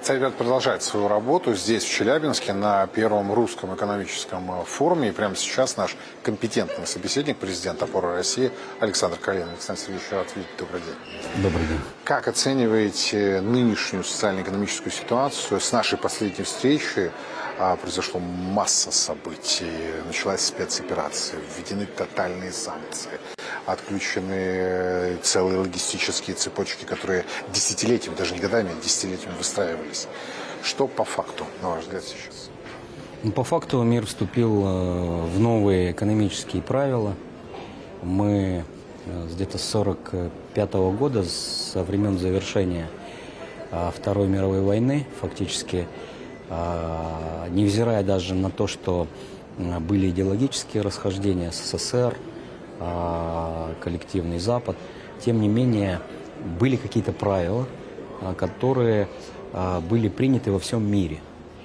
Совет продолжает свою работу здесь, в Челябинске, на первом русском экономическом форуме. И прямо сейчас наш компетентный собеседник, президент «Опоры России» Александр Калинин. Александр Сергеевич, рад видеть. Добрый день. Добрый день. Как оцениваете нынешнюю социально-экономическую ситуацию? С нашей последней встречи произошла масса событий. Началась спецоперация, введены тотальные санкции, отключены целые логистические цепочки, которые десятилетиями, даже не годами, а десятилетиями выстраивались. Что по факту, на ваш взгляд, сейчас? По факту мир вступил в новые экономические правила. Мы где-то с 1945 года, со времен завершения Второй мировой войны, фактически, невзирая даже на то, что были идеологические расхождения СССР, коллективный Запад, тем не менее были какие-то правила, которые были приняты во всем мире.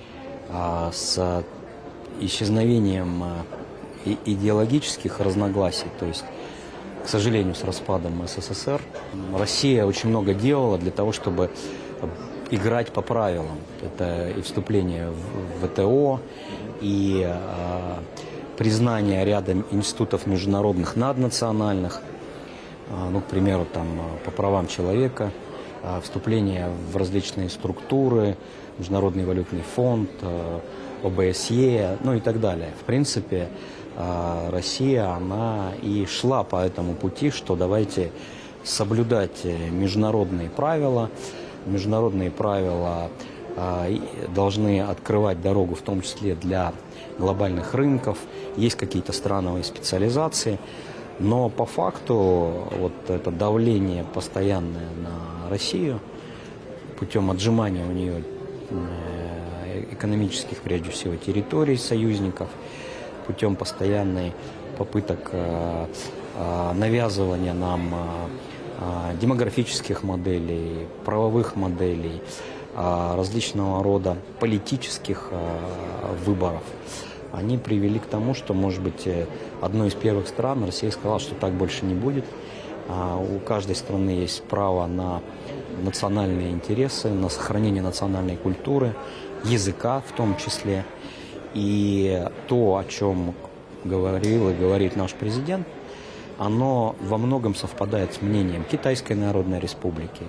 С исчезновением идеологических разногласий, то есть, к сожалению, с распадом СССР, Россия очень много делала для того, чтобы играть по правилам. Это и вступление в ВТО, и признание ряда институтов международных наднациональных, ну, к примеру, там, по правам человека, вступление в различные структуры, Международный валютный фонд, ОБСЕ, ну и так далее. В принципе, Россия, она и шла по этому пути, что давайте соблюдать международные правила. Международные правила должны открывать дорогу, в том числе для глобальных рынков. Есть какие-то страновые специализации. Но по факту вот это давление постоянное на Россию путем отжимания у нее экономических, прежде всего, территорий союзников, путем постоянной попыток навязывания нам демографических моделей, правовых моделей, различного рода политических выборов, они привели к тому, что, может быть, одной из первых стран Россия сказала, что так больше не будет. У каждой страны есть право на национальные интересы, на сохранение национальной культуры, языка в том числе. И то, о чем говорил и говорит наш президент, оно во многом совпадает с мнением Китайской Народной Республики,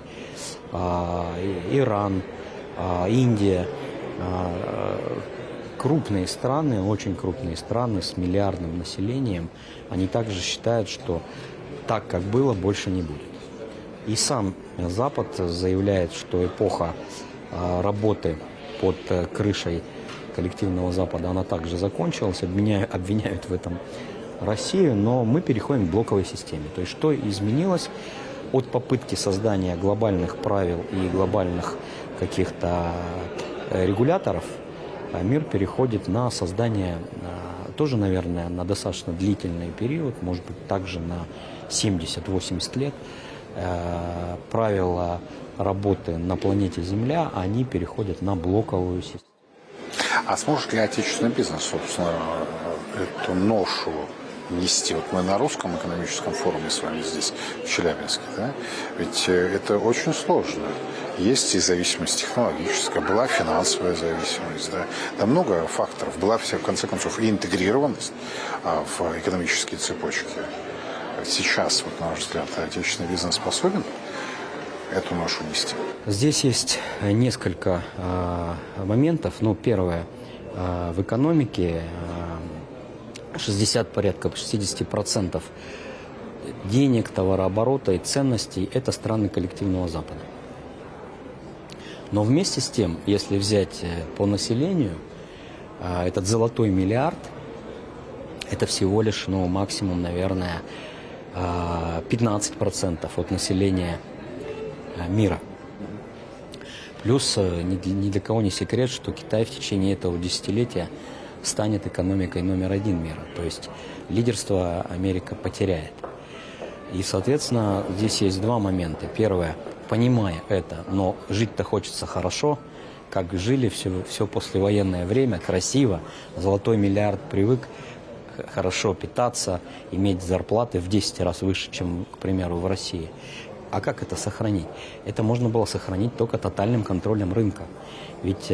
Иран, Индия. Крупные страны, очень крупные страны с миллиардным населением, они также считают, что так, как было, больше не будет. И сам Запад заявляет, что эпоха работы под крышей коллективного Запада, она также закончилась, обвиняют в этом Россию, но мы переходим к блоковой системе. То есть что изменилось от попытки создания глобальных правил и глобальных каких-то регуляторов, мир переходит на создание, тоже, наверное, на достаточно длительный период, может быть, также на 70-80 лет, правила работы на планете Земля, они переходят на блоковую систему. А сможет ли отечественный бизнес, собственно, эту ношу нести? Вот мы на русском экономическом форуме с вами здесь, в Челябинске, да? Ведь это очень сложно. Есть и зависимость технологическая, была финансовая зависимость, да? Там много факторов. Была, в конце концов, и интегрированность в экономические цепочки. Сейчас, вот, на ваш взгляд, отечественный бизнес способен эту ношу нести? Здесь есть несколько моментов. Ну, первое, в экономике 60% денег, товарооборота и ценностей – это страны коллективного Запада. Но вместе с тем, если взять по населению, этот золотой миллиард – это всего лишь, ну, максимум, наверное, 15% от населения мира. Плюс ни для кого не секрет, что Китай в течение этого десятилетия станет экономикой номер один мира. То есть лидерство Америка потеряет. И, соответственно, здесь есть два момента. Первое, понимая это, но жить-то хочется хорошо, как жили все послевоенное время, красиво. Золотой миллиард привык хорошо питаться, иметь зарплаты в 10 раз выше, чем, к примеру, в России. А как это сохранить? Это можно было сохранить только тотальным контролем рынка. Ведь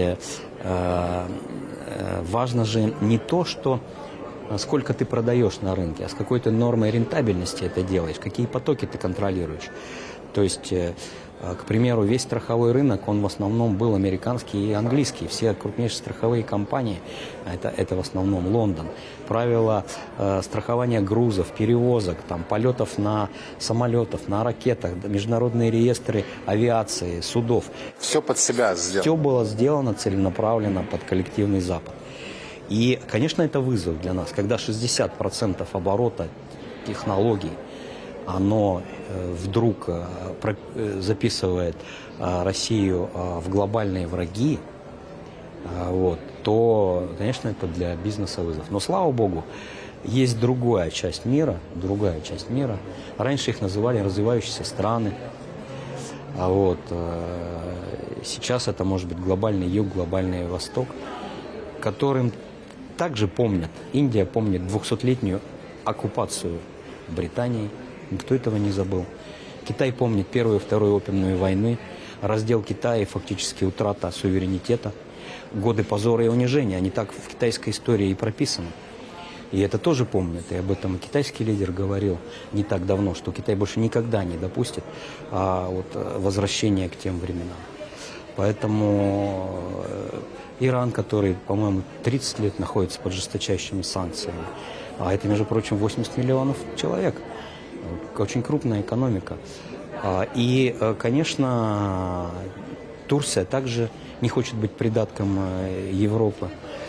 важно же не то, что сколько ты продаешь на рынке, а с какой ты нормой рентабельности это делаешь, какие потоки ты контролируешь. То есть, к примеру, весь страховой рынок, он в основном был американский и английский. Все крупнейшие страховые компании, это в основном Лондон. Правила страхования грузов, перевозок, там, полетов на самолетах, на ракетах, международные реестры авиации, судов. Все под себя сделано. Все было сделано целенаправленно под коллективный Запад. И, конечно, это вызов для нас, когда 60% оборота технологий, оно вдруг записывает Россию в глобальные враги, вот, то, конечно, это для бизнеса вызов. Но, слава богу, есть другая часть мира. Раньше их называли развивающиеся страны. Вот, сейчас это может быть глобальный юг, глобальный восток, которым также помнят. Индия помнит 200-летнюю оккупацию Британии. Никто этого не забыл. Китай помнит Первую и Вторую опиумную войны, раздел Китая и фактически утрата суверенитета, годы позора и унижения. Они так в китайской истории и прописаны. И это тоже помнят. И об этом и китайский лидер говорил не так давно, что Китай больше никогда не допустит возвращения к тем временам. Поэтому Иран, который, по-моему, 30 лет находится под жесточайшими санкциями, а это, между прочим, 80 миллионов человек, очень крупная экономика. И, конечно, Турция также не хочет быть придатком Европы.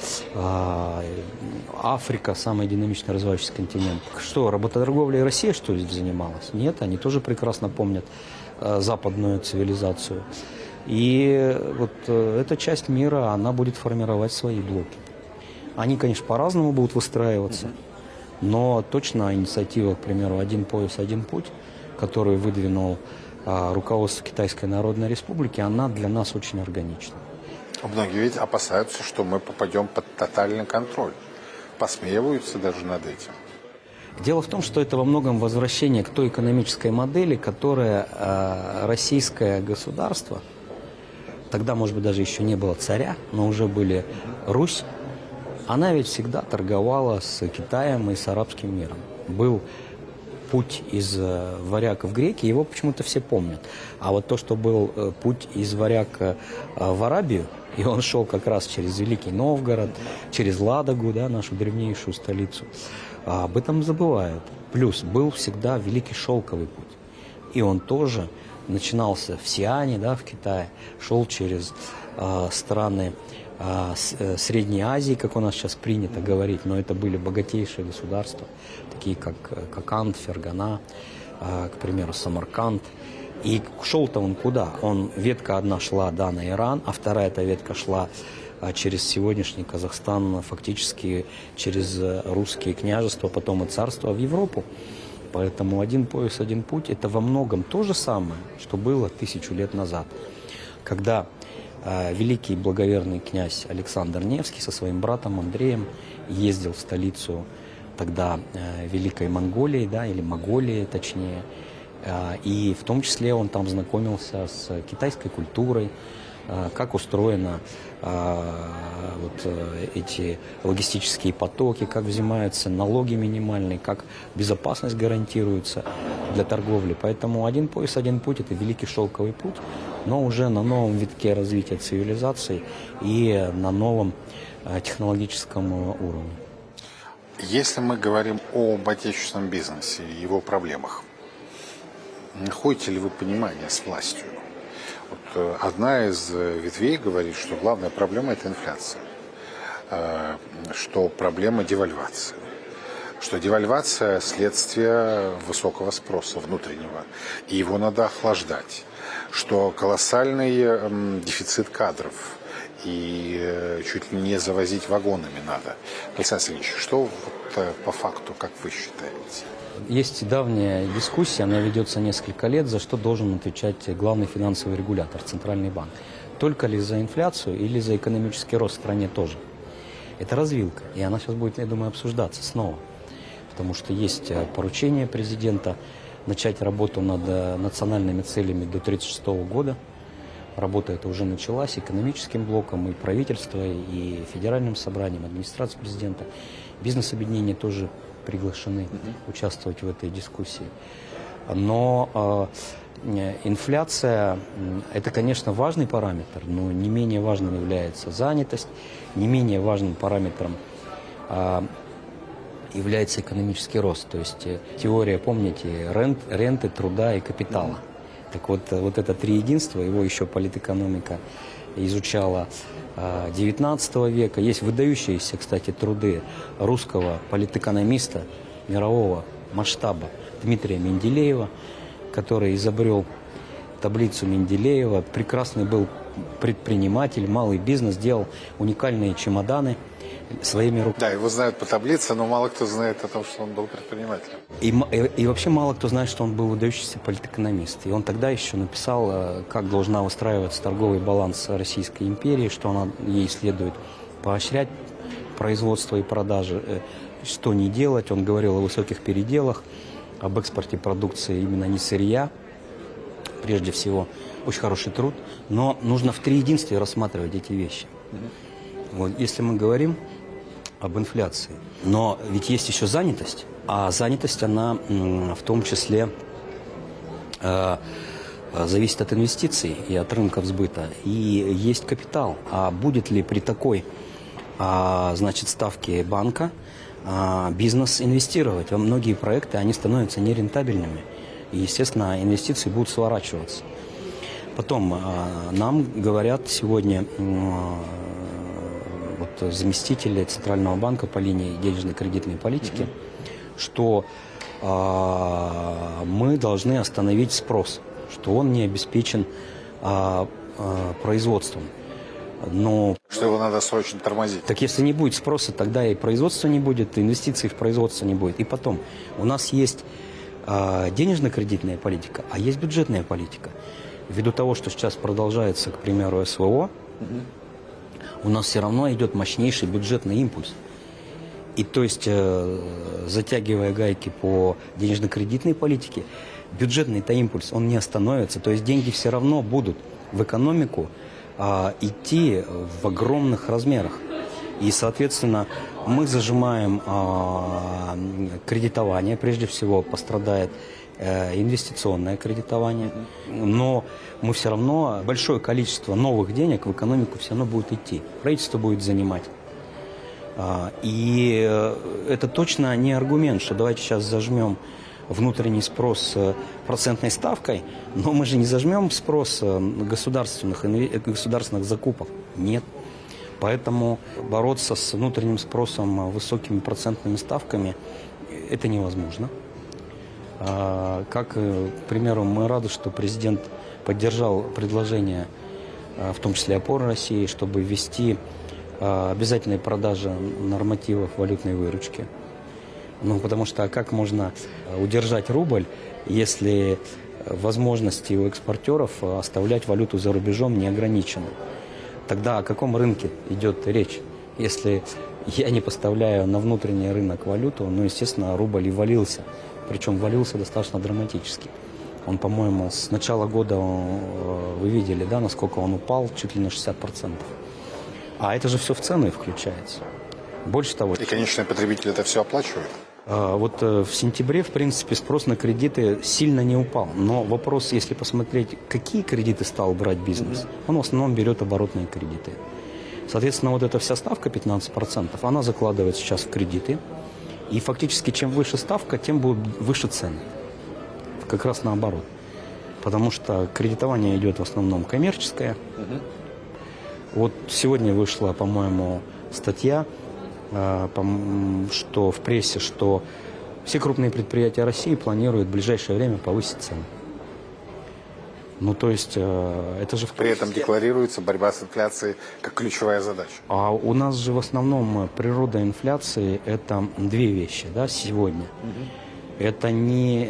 Африка – самый динамично развивающийся континент. Что, работорговлей Россия, что ли, занималась? Нет, они тоже прекрасно помнят западную цивилизацию. И вот эта часть мира, она будет формировать свои блоки. Они, конечно, по-разному будут выстраиваться, но точно инициатива, к примеру, «Один пояс, один путь», которую выдвинул руководство Китайской Народной Республики, она для нас очень органична. Многие ведь опасаются, что мы попадем под тотальный контроль. Посмеиваются даже над этим. Дело в том, что это во многом возвращение к той экономической модели, которая российское государство, тогда, может быть, даже еще не было царя, но уже были Русь, она ведь всегда торговала с Китаем и с арабским миром. Был путь из Варяг в Греки, его почему-то все помнят. А вот то, что был путь из Варяг в Арабию, и он шел как раз через Великий Новгород, через Ладогу, да, нашу древнейшую столицу, об этом забывают. Плюс был всегда Великий Шелковый путь. И он тоже начинался в Сиане, да, в Китае, шел через страны Средней Азии, как у нас сейчас принято говорить, но это были богатейшие государства, такие как Анд, Фергана, к примеру, Самарканд. И шел-то он куда? Ветка одна шла, да, на Иран, а вторая эта ветка шла через сегодняшний Казахстан, фактически через русские княжества, потом и царства в Европу. Поэтому «Один пояс, один путь» – это во многом то же самое, что было 1000 лет назад, когда великий благоверный князь Александр Невский со своим братом Андреем ездил в столицу тогда Великой Монголии, да, или Моголии точнее, и в том числе он там знакомился с китайской культурой, как устроены эти логистические потоки, как взимаются налоги минимальные, как безопасность гарантируется для торговли. Поэтому «Один пояс, один путь» – это великий шелковый путь, но уже на новом витке развития цивилизации и на новом технологическом уровне. Если мы говорим об отечественном бизнесе и его проблемах, находите ли вы понимание с властью? Вот одна из ветвей говорит, что главная проблема – это инфляция, что проблема девальвации, что девальвация – следствие высокого спроса внутреннего, и его надо охлаждать, что колоссальный дефицит кадров, и чуть ли не завозить вагонами надо. Александр Сергеевич, что по факту, как вы считаете? Есть давняя дискуссия, она ведется несколько лет, за что должен отвечать главный финансовый регулятор, Центральный банк. Только ли за инфляцию или за экономический рост в стране тоже? Это развилка, и она сейчас будет, я думаю, обсуждаться снова. Потому что есть поручение президента начать работу над национальными целями до 1936 года. Работа эта уже началась экономическим блоком, и правительство, и федеральным собранием, администрацией президента. Бизнес-объединения тоже приглашены участвовать в этой дискуссии. Но инфляция – это, конечно, важный параметр, но не менее важным является занятость, не менее важным параметром является экономический рост. То есть теория, помните, ренты, труда и капитала. Так вот это три единства, его еще политэкономика изучала XIX века. Есть выдающиеся, кстати, труды русского политэкономиста мирового масштаба Дмитрия Менделеева, который изобрел таблицу Менделеева. Прекрасный был предприниматель, малый бизнес, делал уникальные чемоданы своими руками. Да, его знают по таблице, но мало кто знает о том, что он был предпринимателем. И вообще мало кто знает, что он был выдающийся политэкономист. И он тогда еще написал, как должна выстраиваться торговый баланс Российской империи, что ей следует поощрять производство и продажи, что не делать. Он говорил о высоких переделах, об экспорте продукции именно не сырья, прежде всего. Очень хороший труд. Но нужно в три единстве рассматривать эти вещи. Вот, если мы говорим об инфляции, но ведь есть еще занятость, а занятость, она в том числе зависит от инвестиций и от рынков сбыта. И есть капитал. А будет ли при такой, значит, ставке банка бизнес инвестировать? Во многие проекты они становятся нерентабельными. И, естественно, инвестиции будут сворачиваться. Потом нам говорят сегодня заместители Центрального банка по линии денежно-кредитной политики, что мы должны остановить спрос, что он не обеспечен производством. Но что его надо срочно тормозить. Так если не будет спроса, тогда и производства не будет, и инвестиций в производство не будет. И потом, у нас есть денежно-кредитная политика, а есть бюджетная политика. Ввиду того, что сейчас продолжается, к примеру, СВО, у нас все равно идет мощнейший бюджетный импульс. И то есть, затягивая гайки по денежно-кредитной политике, бюджетный-то импульс, он не остановится. То есть деньги все равно будут в экономику идти в огромных размерах. И, соответственно, мы зажимаем кредитование, прежде всего пострадает инвестиционное кредитование, но мы все равно, большое количество новых денег в экономику все равно будет идти, правительство будет занимать. И это точно не аргумент, что давайте сейчас зажмем внутренний спрос процентной ставкой, но мы же не зажмем спрос государственных закупок. Нет. Поэтому бороться с внутренним спросом высокими процентными ставками – это невозможно. Как, к примеру, мы рады, что президент поддержал предложение, в том числе «Опоры России», чтобы ввести обязательные продажи нормативов валютной выручки. Ну, потому что как можно удержать рубль, если возможности у экспортеров оставлять валюту за рубежом не ограничены? Тогда о каком рынке идет речь? Если я не поставляю на внутренний рынок валюту, ну, естественно, рубль и валился. Причем валился достаточно драматически. Он, по-моему, с начала года, вы видели, да, насколько он упал, чуть ли на 60%. А это же все в цены включается. Больше того... И конечный потребитель это все оплачивает? Вот в сентябре, в принципе, спрос на кредиты сильно не упал. Но вопрос, если посмотреть, какие кредиты стал брать бизнес, он в основном берет оборотные кредиты. Соответственно, вот эта вся ставка 15%, она закладывает сейчас в кредиты. И фактически, чем выше ставка, тем будут выше цены. Как раз наоборот. Потому что кредитование идет в основном коммерческое. Вот сегодня вышла, по-моему, статья, что в прессе, что все крупные предприятия России планируют в ближайшее время повысить цены. Ну, то есть, это же... При этом декларируется борьба с инфляцией как ключевая задача. А у нас же в основном природа инфляции – это две вещи, да, сегодня. Это не...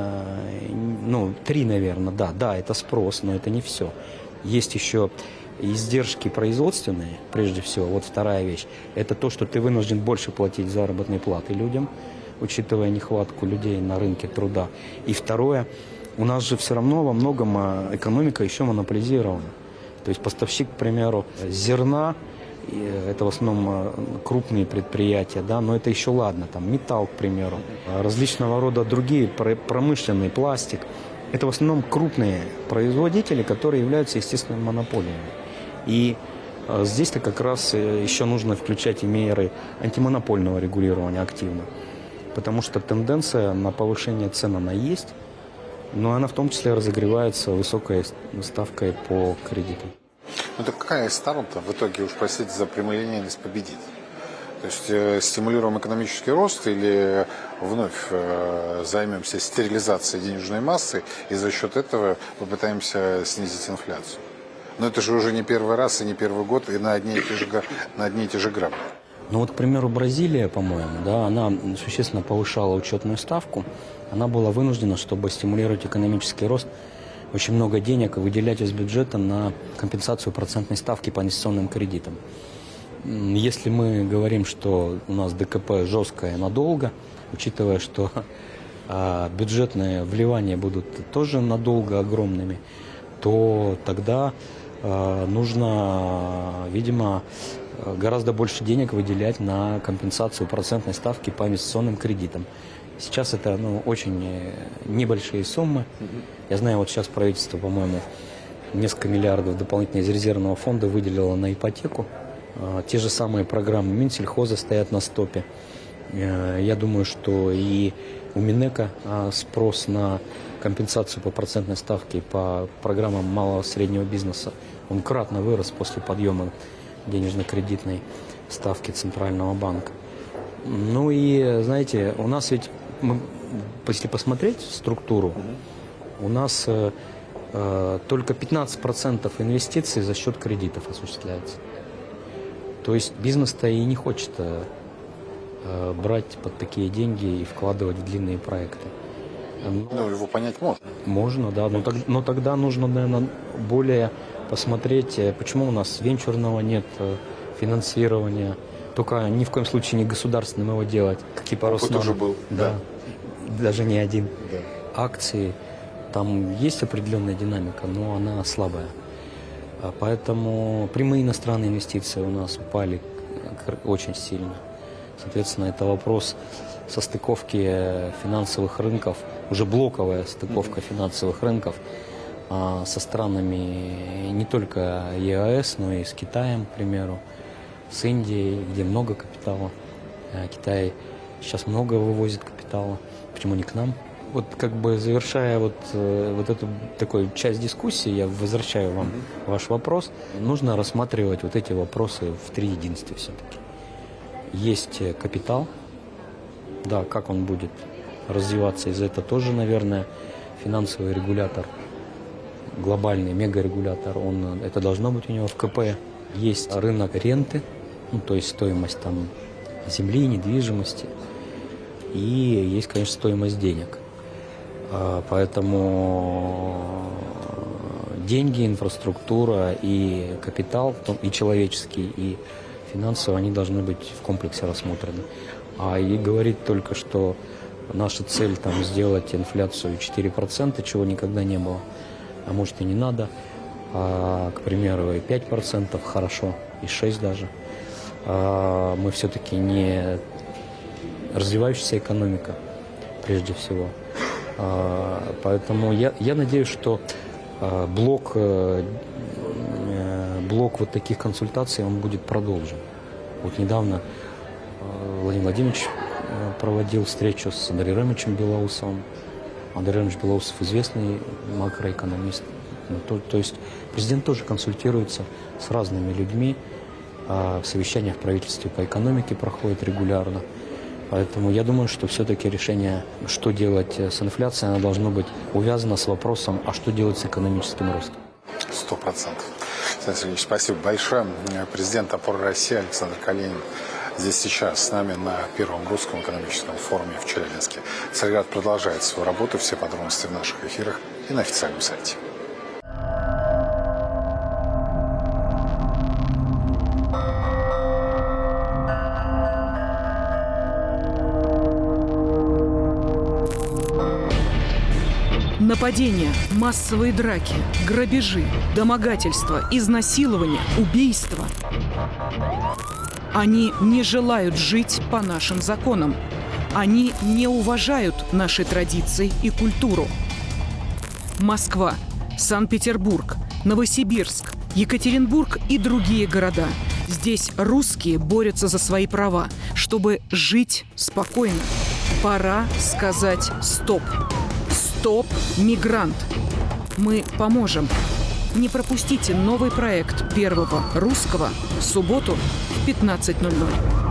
три, наверное, да, это спрос, но это не все. Есть еще издержки производственные, прежде всего. Вот вторая вещь. Это то, что ты вынужден больше платить заработной платы людям. учитывая нехватку людей на рынке труда. И второе, у нас же все равно во многом экономика еще монополизирована. То есть поставщик, к примеру, зерна, это в основном крупные предприятия, да, но это еще ладно, там металл, к примеру, различного рода другие, промышленный пластик. Это в основном крупные производители, которые являются естественными монополиями. И здесь-то как раз еще нужно включать и меры антимонопольного регулирования активно. Потому что тенденция на повышение цен она есть, но она в том числе разогревается высокой ставкой по кредитам. Ну так какая из сторон-то в итоге, уж простите за прямолинейность, победит? То есть стимулируем экономический рост или вновь займемся стерилизацией денежной массы и за счет этого попытаемся снизить инфляцию? Но это же уже не первый раз и не первый год и на одни и те же грабли. Ну вот, к примеру, Бразилия, по-моему, да, она существенно повышала учетную ставку. Она была вынуждена, чтобы стимулировать экономический рост, очень много денег выделять из бюджета на компенсацию процентной ставки по инвестиционным кредитам. Если мы говорим, что у нас ДКП жесткое надолго, учитывая, что бюджетные вливания будут тоже надолго огромными, то тогда нужно, видимо, гораздо больше денег выделять на компенсацию процентной ставки по инвестиционным кредитам. Сейчас это очень небольшие суммы. Я знаю, вот сейчас правительство, по-моему, несколько миллиардов дополнительно из резервного фонда выделило на ипотеку. Те же самые программы Минсельхоза стоят на стопе. Я думаю, что и у Минэка спрос на компенсацию по процентной ставке по программам малого и среднего бизнеса, он кратно вырос после подъема денежно-кредитной ставки Центрального банка. Ну и, знаете, у нас ведь, если посмотреть структуру, у нас только 15% инвестиций за счет кредитов осуществляется. То есть бизнес-то и не хочет брать под такие деньги и вкладывать в длинные проекты. Ну, его понять можно. Можно, да. Но тогда нужно, наверное, более посмотреть, почему у нас венчурного нет финансирования. Только ни в коем случае не государственным его делать, как и по Росному. Опыт уже был. Да. Даже не один. Да. Акции, там есть определенная динамика, но она слабая. Поэтому прямые иностранные инвестиции у нас упали очень сильно. Соответственно, это вопрос состыковки финансовых рынков, уже блоковая стыковка финансовых рынков со странами не только ЕАЭС, но и с Китаем, к примеру, с Индией, где много капитала. Китай сейчас много вывозит капитала. Почему не к нам? Вот как бы завершая вот эту такую часть дискуссии, я возвращаю вам ваш вопрос. Нужно рассматривать вот эти вопросы в триединстве все-таки. Есть капитал, да, как он будет развиваться, из-за этого тоже, наверное, финансовый регулятор, глобальный мегарегулятор, это должно быть у него в КП. Есть рынок ренты, то есть стоимость там земли, недвижимости, и есть, конечно, стоимость денег. Поэтому деньги, инфраструктура и капитал, и человеческий, и финансовый, они должны быть в комплексе рассмотрены. И говорить только, что наша цель там сделать инфляцию 4%, чего никогда не было, а может и не надо, к примеру, и 5% хорошо, и 6% даже. Мы все-таки не развивающаяся экономика, прежде всего. Поэтому я надеюсь, что блок вот таких консультаций, он будет продолжен. Вот недавно Владимир Владимирович проводил встречу с Андреем Ремовичем Белоусовым. Андрей Ремович Белоусов известный макроэкономист. То есть президент тоже консультируется с разными людьми. Совещания в правительстве по экономике проходят регулярно. Поэтому я думаю, что все-таки решение, что делать с инфляцией, оно должно быть увязано с вопросом, а что делать с экономическим ростом. 100%. Александр Сергеевич, спасибо большое. Президент «Опоры России» Александр Калинин здесь сейчас с нами на первом русском экономическом форуме в Челябинске. Царьград продолжает свою работу. Все подробности в наших эфирах и на официальном сайте. Нападения, массовые драки, грабежи, домогательства, изнасилования, убийства. Они не желают жить по нашим законам. Они не уважают наши традиции и культуру. Москва, Санкт-Петербург, Новосибирск, Екатеринбург и другие города. Здесь русские борются за свои права, чтобы жить спокойно. Пора сказать «стоп». «Стоп, мигрант». Мы поможем. Не пропустите новый проект Первого Русского в субботу в 15:00.